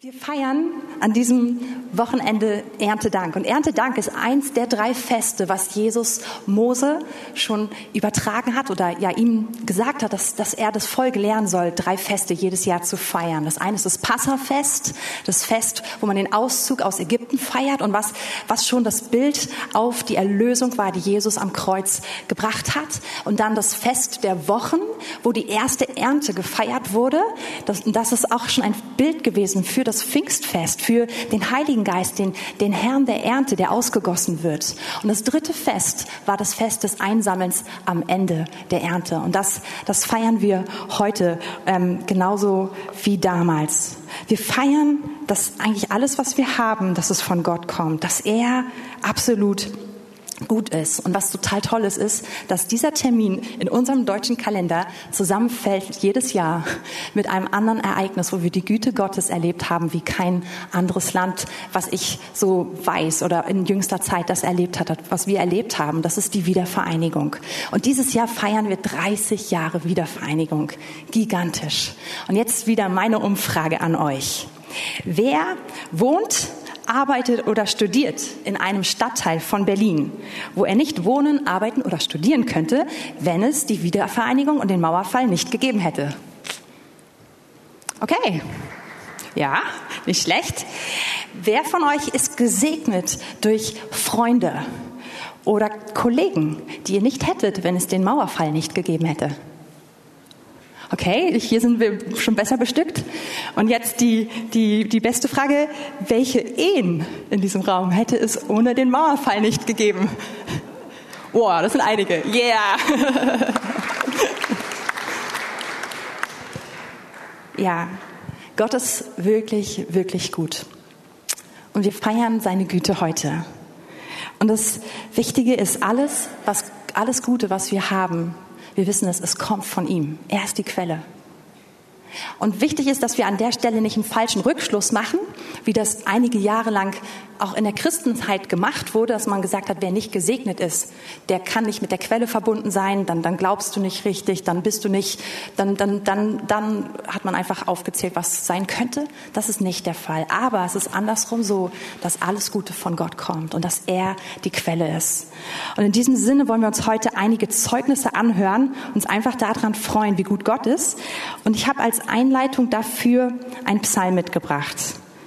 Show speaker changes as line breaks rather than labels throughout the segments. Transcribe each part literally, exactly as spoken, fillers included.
Wir feiern an diesem Wochenende Erntedank. Und Erntedank ist eins der drei Feste, was Jesus Mose schon übertragen hat oder ja ihm gesagt hat, dass, dass er das Volk lernen soll, drei Feste jedes Jahr zu feiern. Das eine ist das Passafest, das Fest, wo man den Auszug aus Ägypten feiert und was, was schon das Bild auf die Erlösung war, die Jesus am Kreuz gebracht hat. Und dann das Fest der Wochen, wo die erste Ernte gefeiert wurde. Das, das ist auch schon ein Bild gewesen für das Pfingstfest, für den Heiligen Geist, den, den Herrn der Ernte, der ausgegossen wird. Und das dritte Fest war das Fest des Einsammelns am Ende der Ernte. Und das, das feiern wir heute ähm, genauso wie damals. Wir feiern, dass eigentlich alles, was wir haben, dass es von Gott kommt, dass er absolut gut ist. Und was total toll ist, ist, dass dieser Termin in unserem deutschen Kalender zusammenfällt jedes Jahr mit einem anderen Ereignis, wo wir die Güte Gottes erlebt haben, wie kein anderes Land, was ich so weiß oder in jüngster Zeit das erlebt hat, was wir erlebt haben. Das ist die Wiedervereinigung. Und dieses Jahr feiern wir dreißig Jahre Wiedervereinigung. Gigantisch. Und jetzt wieder meine Umfrage an euch. Wer wohnt, arbeitet oder studiert in einem Stadtteil von Berlin, wo er nicht wohnen, arbeiten oder studieren könnte, wenn es die Wiedervereinigung und den Mauerfall nicht gegeben hätte? Okay, ja, nicht schlecht. Wer von euch ist gesegnet durch Freunde oder Kollegen, die ihr nicht hättet, wenn es den Mauerfall nicht gegeben hätte? Okay, hier sind wir schon besser bestückt. Und jetzt die, die, die beste Frage, welche Ehen in diesem Raum hätte es ohne den Mauerfall nicht gegeben? Wow, das sind einige. Yeah! Ja, Gott ist wirklich, wirklich gut. Und wir feiern seine Güte heute. Und das Wichtige ist, alles, was, alles Gute, was wir haben, wir wissen es, es kommt von ihm. Er ist die Quelle. Und wichtig ist, dass wir an der Stelle nicht einen falschen Rückschluss machen, wie das einige Jahre lang auch in der Christenzeit gemacht wurde, dass man gesagt hat, wer nicht gesegnet ist, der kann nicht mit der Quelle verbunden sein, dann, dann glaubst du nicht richtig, dann bist du nicht, dann, dann, dann, dann hat man einfach aufgezählt, was sein könnte. Das ist nicht der Fall. Aber es ist andersrum so, dass alles Gute von Gott kommt und dass er die Quelle ist. Und in diesem Sinne wollen wir uns heute einige Zeugnisse anhören, uns einfach daran freuen, wie gut Gott ist. Und ich habe als Einleitung dafür einen Psalm mitgebracht.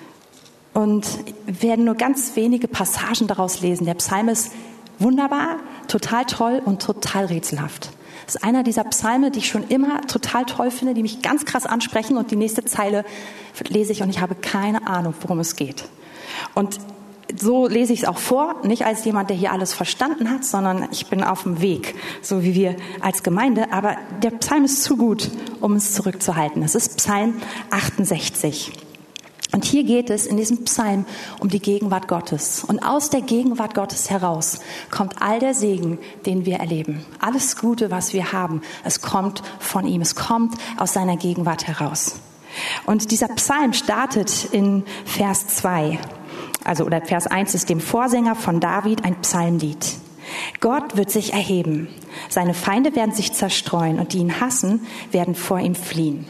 Und wir werden nur ganz wenige Passagen daraus lesen. Der Psalm ist wunderbar, total toll und total rätselhaft. Das ist einer dieser Psalme, die ich schon immer total toll finde, die mich ganz krass ansprechen. Und die nächste Zeile lese ich und ich habe keine Ahnung, worum es geht. Und so lese ich es auch vor, nicht als jemand, der hier alles verstanden hat, sondern ich bin auf dem Weg, so wie wir als Gemeinde. Aber der Psalm ist zu gut, um es zurückzuhalten. Es ist Psalm achtundsechzig. Und hier geht es in diesem Psalm um die Gegenwart Gottes. Und aus der Gegenwart Gottes heraus kommt all der Segen, den wir erleben. Alles Gute, was wir haben, es kommt von ihm. Es kommt aus seiner Gegenwart heraus. Und dieser Psalm startet in Vers zwei. Also, oder Vers eins ist dem Vorsänger von David ein Psalmlied. Gott wird sich erheben. Seine Feinde werden sich zerstreuen und die ihn hassen, werden vor ihm fliehen.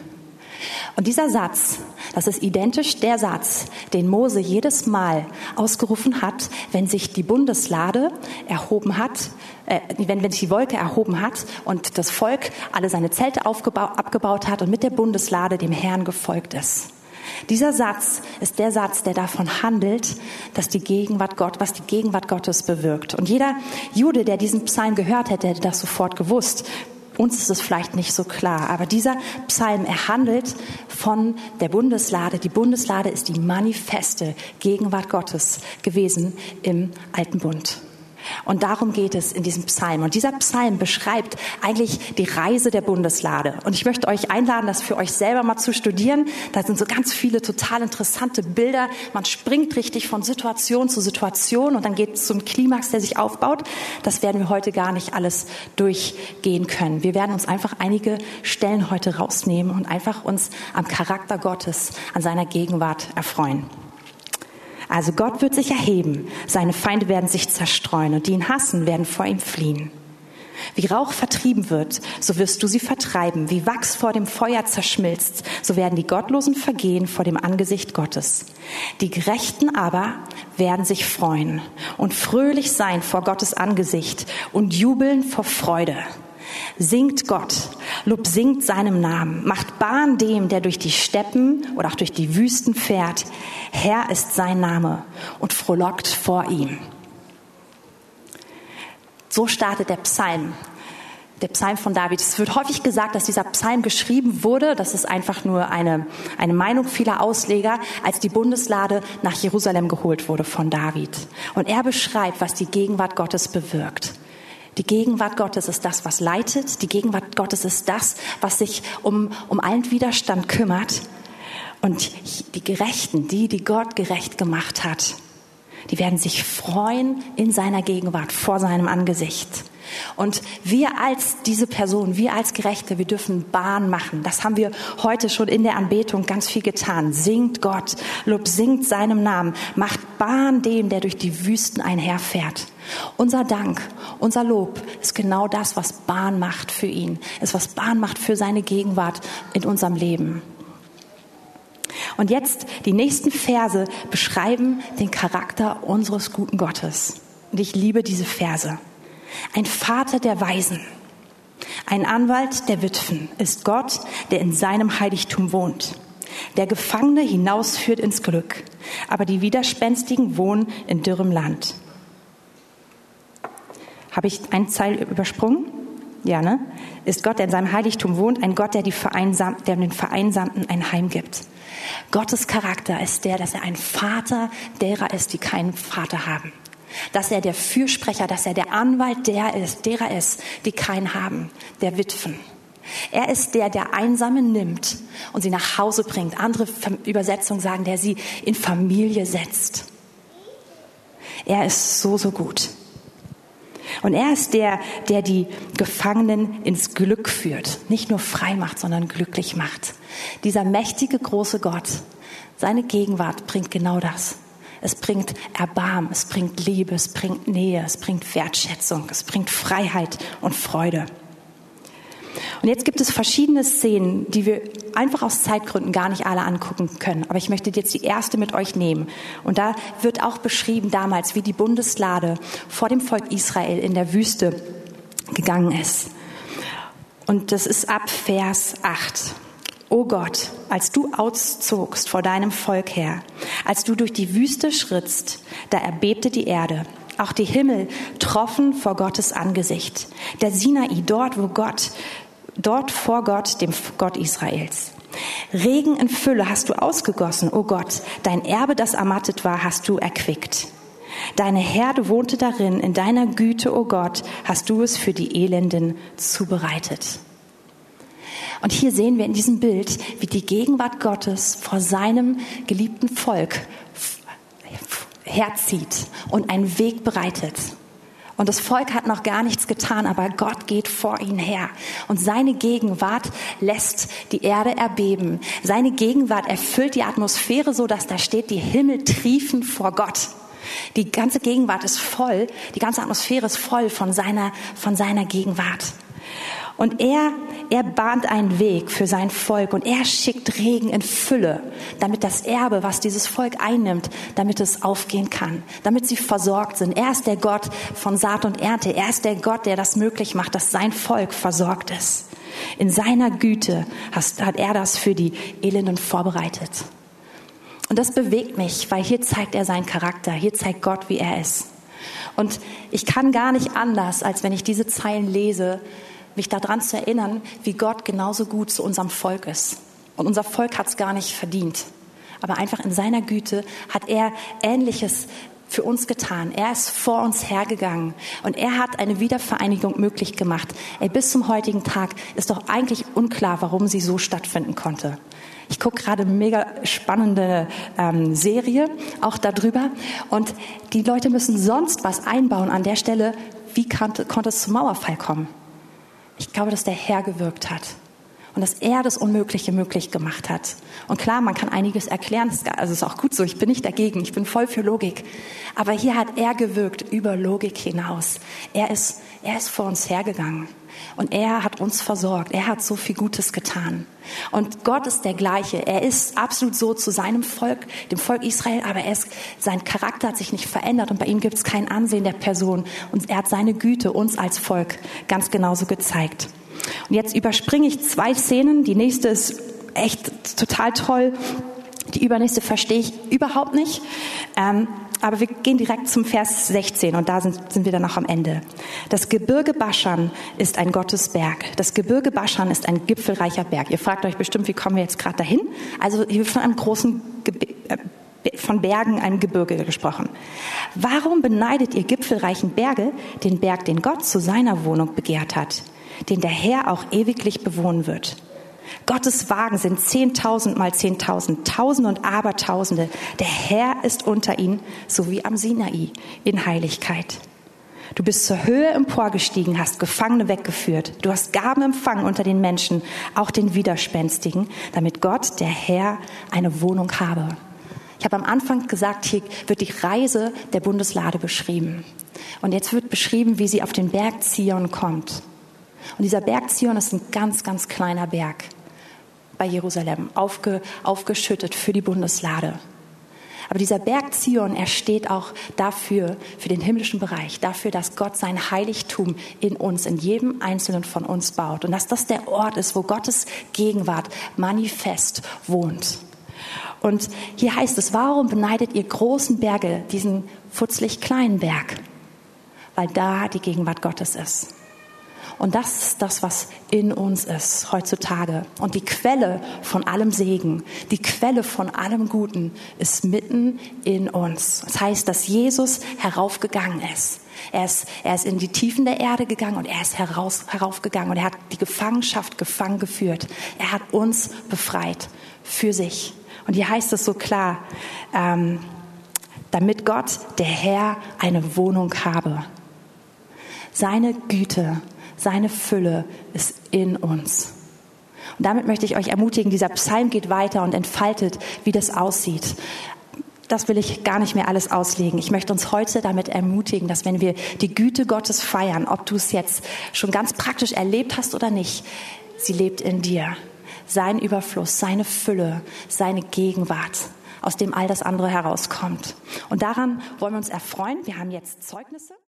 Und dieser Satz, das ist identisch der Satz, den Mose jedes Mal ausgerufen hat, wenn sich die Bundeslade erhoben hat, äh, wenn, wenn sich die Wolke erhoben hat und das Volk alle seine Zelte aufgebaut, abgebaut hat und mit der Bundeslade dem Herrn gefolgt ist. Dieser Satz ist der Satz, der davon handelt, dass die Gegenwart Gott, was die Gegenwart Gottes bewirkt. Und jeder Jude, der diesen Psalm gehört hätte, hätte das sofort gewusst. Uns ist es vielleicht nicht so klar, aber dieser Psalm, er handelt von der Bundeslade. Die Bundeslade ist die manifeste Gegenwart Gottes gewesen im Alten Bund. Und darum geht es in diesem Psalm. Und dieser Psalm beschreibt eigentlich die Reise der Bundeslade. Und ich möchte euch einladen, das für euch selber mal zu studieren. Da sind so ganz viele total interessante Bilder. Man springt richtig von Situation zu Situation und dann geht es zum Klimax, der sich aufbaut. Das werden wir heute gar nicht alles durchgehen können. Wir werden uns einfach einige Stellen heute rausnehmen und einfach uns am Charakter Gottes, an seiner Gegenwart erfreuen. Also Gott wird sich erheben, seine Feinde werden sich zerstreuen und die ihn hassen, werden vor ihm fliehen. Wie Rauch vertrieben wird, so wirst du sie vertreiben. Wie Wachs vor dem Feuer zerschmilzt, so werden die Gottlosen vergehen vor dem Angesicht Gottes. Die Gerechten aber werden sich freuen und fröhlich sein vor Gottes Angesicht und jubeln vor Freude. Singt Gott, Lob singt seinem Namen, macht Bahn dem, der durch die Steppen oder auch durch die Wüsten fährt. Herr ist sein Name und frohlockt vor ihm. So startet der Psalm, der Psalm von David. Es wird häufig gesagt, dass dieser Psalm geschrieben wurde, das ist einfach nur eine, eine Meinung vieler Ausleger, als die Bundeslade nach Jerusalem geholt wurde von David. Und er beschreibt, was die Gegenwart Gottes bewirkt. Die Gegenwart Gottes ist das, was leitet. Die Gegenwart Gottes ist das, was sich um, um allen Widerstand kümmert. Und die Gerechten, die, die Gott gerecht gemacht hat, die werden sich freuen in seiner Gegenwart, vor seinem Angesicht. Und wir als diese Person, wir als Gerechte, wir dürfen Bahn machen. Das haben wir heute schon in der Anbetung ganz viel getan. Singt Gott, Lob singt seinem Namen, macht Bahn dem, der durch die Wüsten einherfährt. Unser Dank, unser Lob ist genau das, was Bahn macht für ihn, ist was Bahn macht für seine Gegenwart in unserem Leben. Und jetzt die nächsten Verse beschreiben den Charakter unseres guten Gottes. Und ich liebe diese Verse. Ein Vater der Waisen, ein Anwalt der Witwen ist Gott, der in seinem Heiligtum wohnt. Der Gefangene hinausführt ins Glück, aber die Widerspenstigen wohnen in dürrem Land. Habe ich einen Teil übersprungen? Ja, ne? Ist Gott, der in seinem Heiligtum wohnt, ein Gott, der, die Vereinsam- der den Vereinsamten ein Heim gibt. Gottes Charakter ist der, dass er ein Vater derer ist, die keinen Vater haben. Dass er der Fürsprecher, dass er der Anwalt der ist, derer ist, die keinen haben, der Witwen. Er ist der, der Einsame nimmt und sie nach Hause bringt. Andere Übersetzungen sagen, der sie in Familie setzt. Er ist so, so gut. Und er ist der, der die Gefangenen ins Glück führt. Nicht nur frei macht, sondern glücklich macht. Dieser mächtige, große Gott, seine Gegenwart bringt genau das. Es bringt Erbarmen, es bringt Liebe, es bringt Nähe, es bringt Wertschätzung, es bringt Freiheit und Freude. Und jetzt gibt es verschiedene Szenen, die wir einfach aus Zeitgründen gar nicht alle angucken können. Aber ich möchte jetzt die erste mit euch nehmen. Und da wird auch beschrieben damals, wie die Bundeslade vor dem Volk Israel in der Wüste gegangen ist. Und das ist ab Vers acht. O Gott, als du auszogst vor deinem Volk her, als du durch die Wüste schrittst, da erbebte die Erde. Auch die Himmel troffen vor Gottes Angesicht. Der Sinai, dort, wo Gott, dort vor Gott, dem Gott Israels. Regen in Fülle hast du ausgegossen, o Gott. Dein Erbe, das ermattet war, hast du erquickt. Deine Herde wohnte darin. In deiner Güte, o Gott, hast du es für die Elenden zubereitet. Und hier sehen wir in diesem Bild, wie die Gegenwart Gottes vor seinem geliebten Volk herzieht und einen Weg bereitet. Und das Volk hat noch gar nichts getan, aber Gott geht vor ihnen her. Und seine Gegenwart lässt die Erde erbeben. Seine Gegenwart erfüllt die Atmosphäre so, dass da steht, die Himmel triefen vor Gott. Die ganze Gegenwart ist voll, die ganze Atmosphäre ist voll von seiner, von seiner Gegenwart. Und er, er bahnt einen Weg für sein Volk und er schickt Regen in Fülle, damit das Erbe, was dieses Volk einnimmt, damit es aufgehen kann, damit sie versorgt sind. Er ist der Gott von Saat und Ernte. Er ist der Gott, der das möglich macht, dass sein Volk versorgt ist. In seiner Güte hat er das für die Elenden vorbereitet. Und das bewegt mich, weil hier zeigt er seinen Charakter. Hier zeigt Gott, wie er ist. Und ich kann gar nicht anders, als wenn ich diese Zeilen lese, mich daran zu erinnern, wie Gott genauso gut zu unserem Volk ist. Und unser Volk hat es gar nicht verdient. Aber einfach in seiner Güte hat er Ähnliches für uns getan. Er ist vor uns hergegangen und er hat eine Wiedervereinigung möglich gemacht. Ey, bis zum heutigen Tag ist doch eigentlich unklar, warum sie so stattfinden konnte. Ich gucke gerade eine mega spannende ähm, Serie, auch darüber. Und die Leute müssen sonst was einbauen an der Stelle. Wie konnte, konnte es zum Mauerfall kommen? Ich glaube, dass der Herr gewirkt hat. und dass er das Unmögliche möglich gemacht hat. Und klar, man kann einiges erklären, also ist auch gut so, ich bin nicht dagegen, ich bin voll für Logik. Aber hier hat er gewirkt über Logik hinaus. Er ist, er ist vor uns hergegangen und er hat uns versorgt. Er hat so viel Gutes getan. Und Gott ist der Gleiche. Er ist absolut so zu seinem Volk, dem Volk Israel, aber er ist, sein Charakter hat sich nicht verändert und bei ihm gibt es kein Ansehen der Person. Und er hat seine Güte uns als Volk ganz genauso gezeigt. Und jetzt überspringe ich zwei Szenen. Die nächste ist echt total toll. Die übernächste verstehe ich überhaupt nicht. Ähm, aber wir gehen direkt zum Vers sechzehn und da sind, sind wir dann noch am Ende. Das Gebirge Baschan ist ein Gottesberg. Das Gebirge Baschan ist ein gipfelreicher Berg. Ihr fragt euch bestimmt, wie kommen wir jetzt gerade dahin? Also hier wird von einem großen Ge- äh, von Bergen, einem Gebirge gesprochen. Warum beneidet ihr gipfelreichen Berge den Berg, den Gott zu seiner Wohnung begehrt hat, den der Herr auch ewiglich bewohnen wird? Gottes Wagen sind zehntausend mal zehntausend, Tausende und Abertausende. Der Herr ist unter ihnen, so wie am Sinai, in Heiligkeit. Du bist zur Höhe emporgestiegen, hast Gefangene weggeführt. Du hast Gaben empfangen unter den Menschen, auch den Widerspenstigen, damit Gott, der Herr, eine Wohnung habe. Ich habe am Anfang gesagt, hier wird die Reise der Bundeslade beschrieben. Und jetzt wird beschrieben, wie sie auf den Berg Zion kommt. Und dieser Berg Zion ist ein ganz, ganz kleiner Berg bei Jerusalem, aufge, aufgeschüttet für die Bundeslade. Aber dieser Berg Zion, er steht auch dafür, für den himmlischen Bereich, dafür, dass Gott sein Heiligtum in uns, in jedem Einzelnen von uns baut. Und dass das der Ort ist, wo Gottes Gegenwart manifest wohnt. Und hier heißt es, warum beneidet ihr großen Berge diesen futzlig kleinen Berg? Weil da die Gegenwart Gottes ist. Und das ist das, was in uns ist heutzutage. Und die Quelle von allem Segen, die Quelle von allem Guten ist mitten in uns. Das heißt, dass Jesus heraufgegangen ist. Er ist, er ist in die Tiefen der Erde gegangen und er ist heraus, heraufgegangen. Und er hat die Gefangenschaft gefangen geführt. Er hat uns befreit für sich. Und hier heißt es so klar, ähm, damit Gott, der Herr, eine Wohnung habe. Seine Güte, seine Fülle ist in uns. Und damit möchte ich euch ermutigen, dieser Psalm geht weiter und entfaltet, wie das aussieht. Das will ich gar nicht mehr alles auslegen. Ich möchte uns heute damit ermutigen, dass wenn wir die Güte Gottes feiern, ob du es jetzt schon ganz praktisch erlebt hast oder nicht, sie lebt in dir. Sein Überfluss, seine Fülle, seine Gegenwart, aus dem all das andere herauskommt. Und daran wollen wir uns erfreuen. Wir haben jetzt Zeugnisse.